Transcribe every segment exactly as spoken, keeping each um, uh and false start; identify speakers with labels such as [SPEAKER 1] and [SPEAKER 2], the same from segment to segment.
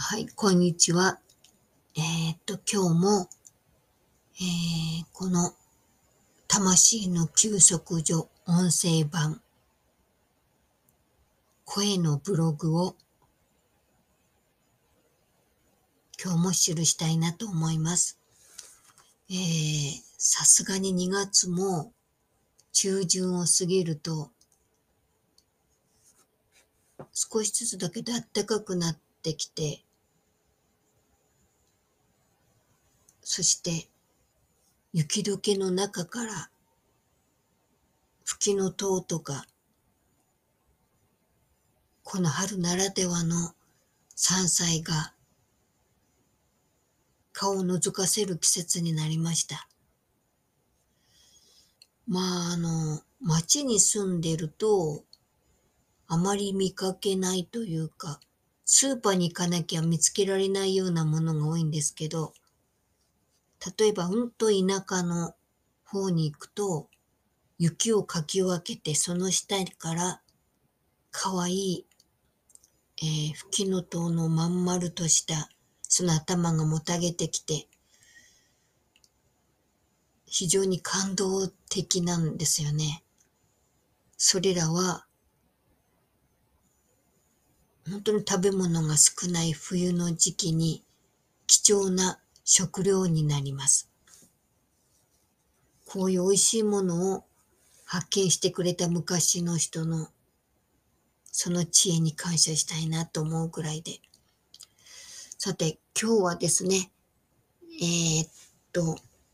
[SPEAKER 1] はい、こんにちは。えーっと、今日も、えーこの魂の休息所音声版、声のブログを今日も記したいなと思います。えー、さすがににがつも中旬を過ぎると、少しずつだけど暖かくなってきて、そして雪解けの中から吹きの塔とか、この春ならではの山菜が顔を覗かせる季節になりました。まあ、あの、町に住んでると、あまり見かけないというか、スーパーに行かなきゃ見つけられないようなものが多いんですけど、例えば、うんと田舎の方に行くと、雪をかき分けて、その下からかわいい、えー、フキノトウのまん丸とした、その頭がもたげてきて、非常に感動的なんですよね。それらは、本当に食べ物が少ない冬の時期に貴重な食料になります。こういう美味しいものを発見してくれた昔の人のその知恵に感謝したいなと思うぐらいで。さて、今日はですね、えー、っと、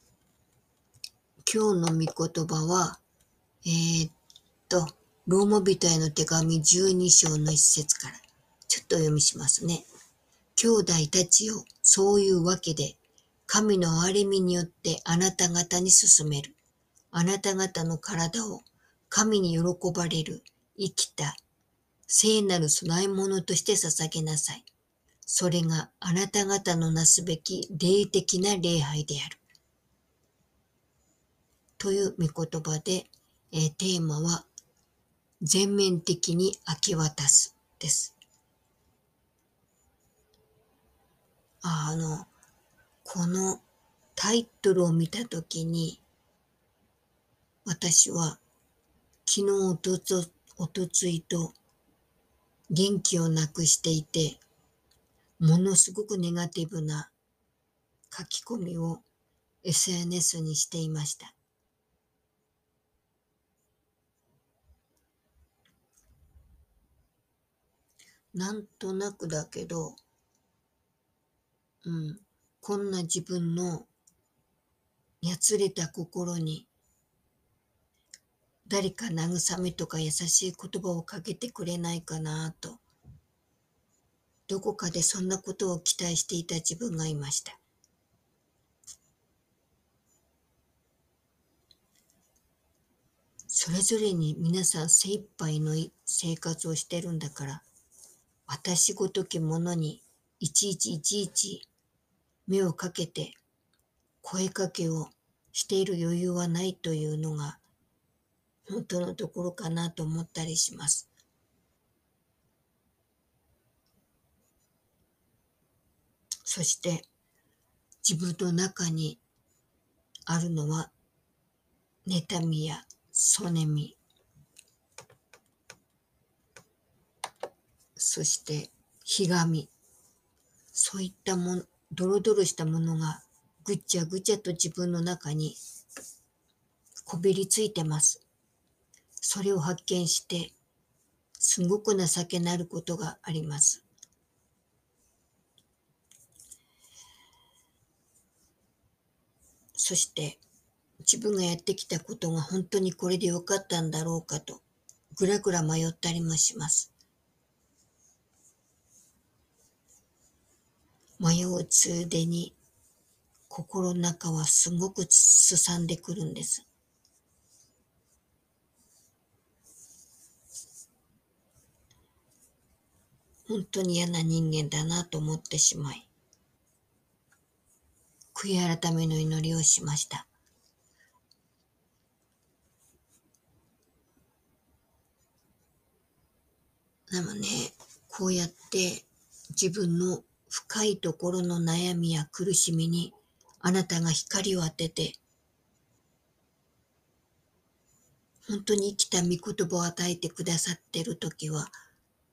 [SPEAKER 1] 今日の御言葉は、えー、っと、ローマ人への手紙じゅうに章の一節から、ちょっとお読みしますね。兄弟たちよ、そういうわけで、神の憐れみによってあなた方に進める。あなた方の体を神に喜ばれる生きた聖なる供え物として捧げなさい。それがあなた方のなすべき霊的な礼拝である。という御言葉で、えー、テーマは全面的に明け渡すです。あの、このタイトルを見たときに、私は昨日、おとつ、おとついと元気をなくしていて、ものすごくネガティブな書き込みを エスエヌエス にしていました。なんとなくだけど、うん、こんな自分のやつれた心に誰か慰めとか優しい言葉をかけてくれないかなと、どこかでそんなことを期待していた自分がいました。それぞれに皆さん精一杯の生活をしてるんだから、私ごときものにいちいちいちいち目をかけて声かけをしている余裕はないというのが本当のところかなと思ったりします。そして自分の中にあるのは妬みやそねみ、そしてひがみ、そういったもの、ドロドロしたものがぐちゃぐちゃと自分の中にこびりついてます。それを発見して、すごく情けなることがあります。そして、自分がやってきたことが本当にこれでよかったんだろうかと、ぐらぐら迷ったりもします。迷うついでに、心の中はすごくすさんでくるんです。本当に嫌な人間だなと思ってしまい、悔い改めの祈りをしました。でもね、こうやって自分の深いところの悩みや苦しみにあなたが光を当てて、本当に生きた御言葉を与えてくださっているときは、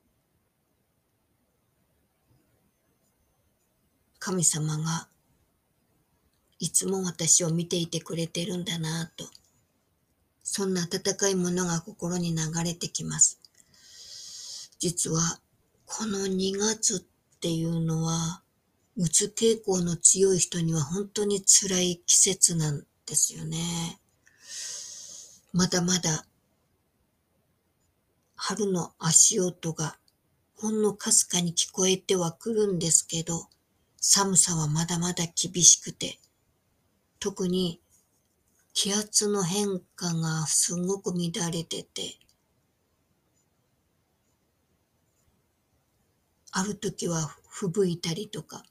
[SPEAKER 1] 神様がいつも私を見ていてくれてるんだなぁと、そんな温かいものが心に流れてきます。実はこのにがつっていうのは、うつ傾向の強い人には本当に辛い季節なんですよね。まだまだ春の足音がほんのかすかに聞こえてはくるんですけど、寒さはまだまだ厳しくて、特に気圧の変化がすごく乱れてて、ある時は吹雪いたりとか、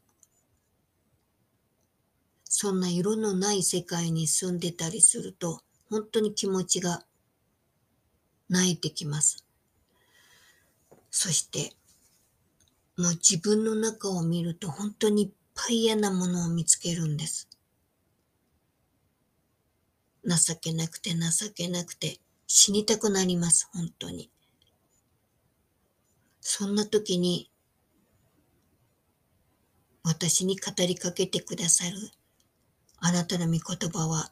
[SPEAKER 1] そんな色のない世界に住んでたりすると、本当に気持ちが泣いてきます。そして、もう自分の中を見ると本当にいっぱい嫌なものを見つけるんです。情けなくて情けなくて死にたくなります、本当に。そんな時に私に語りかけてくださるあなたの御言葉は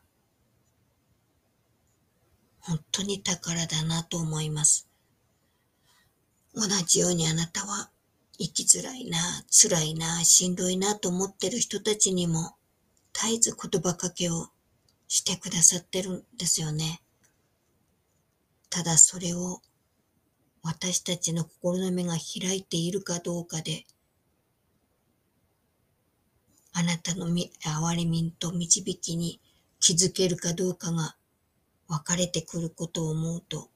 [SPEAKER 1] 本当に宝だなと思います。同じようにあなたは生きづらいな、辛いな、しんどいなと思ってる人たちにも絶えず言葉かけをしてくださってるんですよね。ただそれを私たちの心の目が開いているかどうかで、あなたの憐れみと導きに気づけるかどうかが分かれてくることを思うと、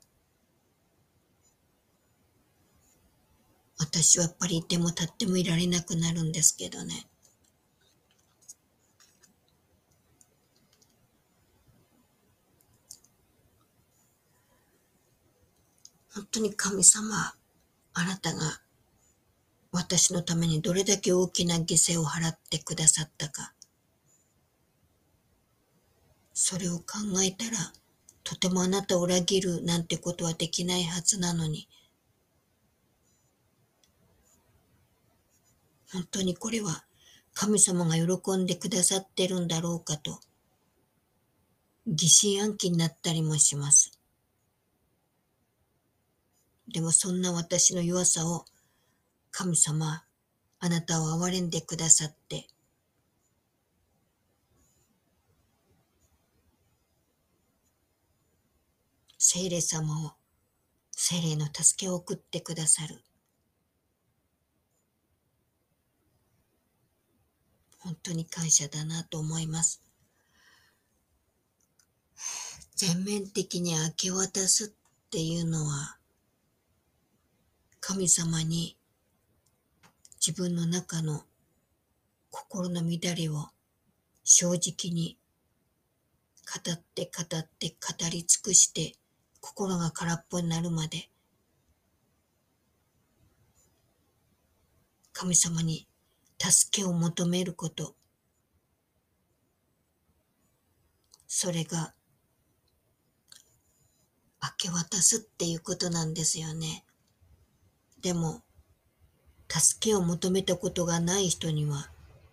[SPEAKER 1] 私はやっぱりいても立ってもいられなくなるんですけどね。本当に神様、あなたが私のためにどれだけ大きな犠牲を払ってくださったか、それを考えたら、とてもあなたを裏切るなんてことはできないはずなのに、本当にこれは神様が喜んでくださってるんだろうかと、疑心暗鬼になったりもします。でもそんな私の弱さを、神様、あなたを憐れんでくださって、聖霊様を、聖霊の助けを送ってくださる。本当に感謝だなと思います。全面的に明け渡すっていうのは、神様に自分の中の心の乱れを正直に語って語って語り尽くして、心が空っぽになるまで神様に助けを求めること、それが明け渡すっていうことなんですよね。でも助けを求めたことがない人には、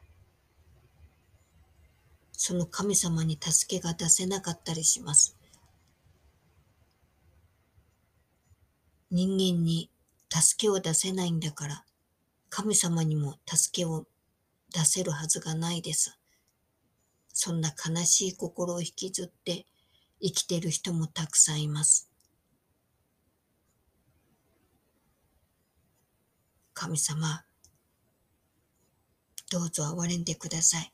[SPEAKER 1] その神様に助けが出せなかったりします。人間に助けを出せないんだから、神様にも助けを出せるはずがないです。そんな悲しい心を引きずって生きている人もたくさんいます。神様、どうぞ憐れんでください。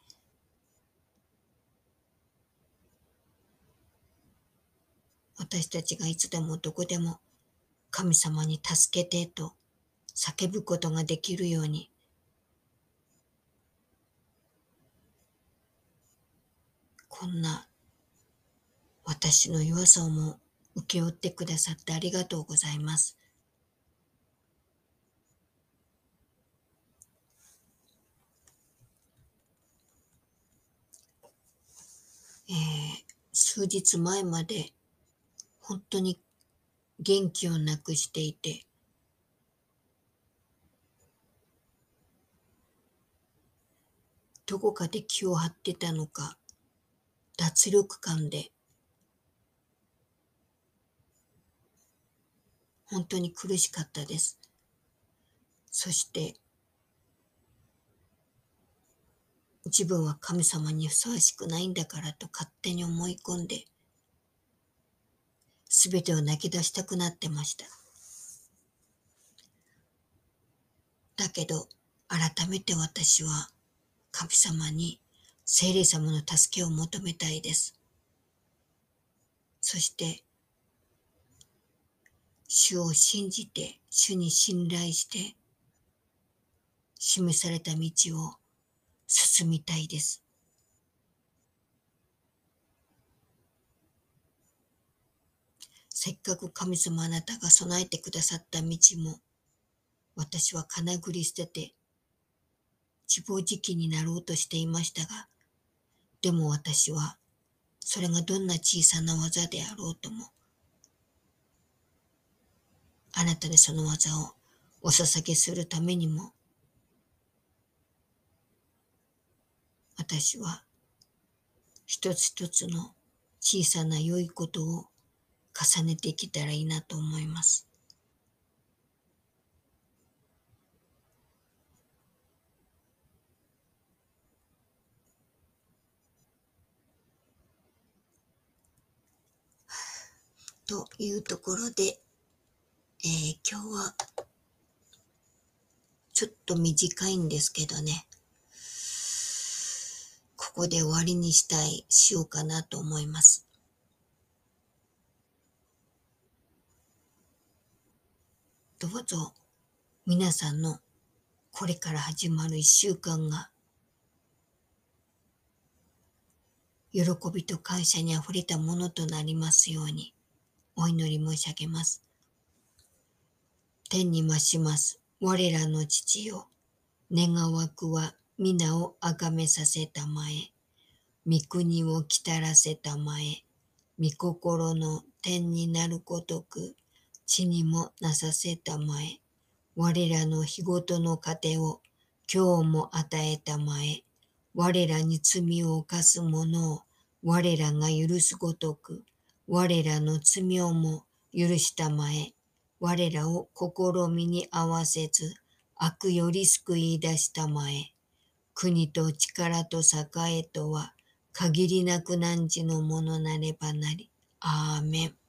[SPEAKER 1] 私たちがいつでもどこでも神様に助けてと叫ぶことができるように、こんな私の弱さをも受け負ってくださってありがとうございます。 えー、数日前まで本当に元気をなくしていて、どこかで気を張ってたのか、脱力感で本当に苦しかったです。そして自分は神様にふさわしくないんだからと勝手に思い込んで、すべてを投げ出したくなってました。だけど改めて私は神様に聖霊様の助けを求めたいです。そして主を信じて、主に信頼して示された道を進みたいです。せっかく神様あなたが備えてくださった道も、私はかなぐり捨てて自暴自棄になろうとしていましたが、でも私はそれがどんな小さな技であろうとも、あなたでその技をお捧げするためにも、私は一つ一つの小さな良いことを重ねていけたらいいなと思います。というところで、えー、今日はちょっと短いんですけどね、ここで終わりにしたい、しようかなと思います。どうぞ皆さんのこれから始まる一週間が喜びと感謝にあふれたものとなりますようにお祈り申し上げます。天に増します我らの父よ、願わくは皆をあがめさせたまえ、御国をきたらせたまえ、御心の天になるごとく地にもなさせたまえ、我らの日ごとの糧を今日も与えたまえ、我らに罪を犯す者を我らが許すごとく、我らの罪をも許したまえ、我らを試みに合わせず、悪より救い出したまえ、国と力と栄とは限りなく汝のものなればなり。アーメン。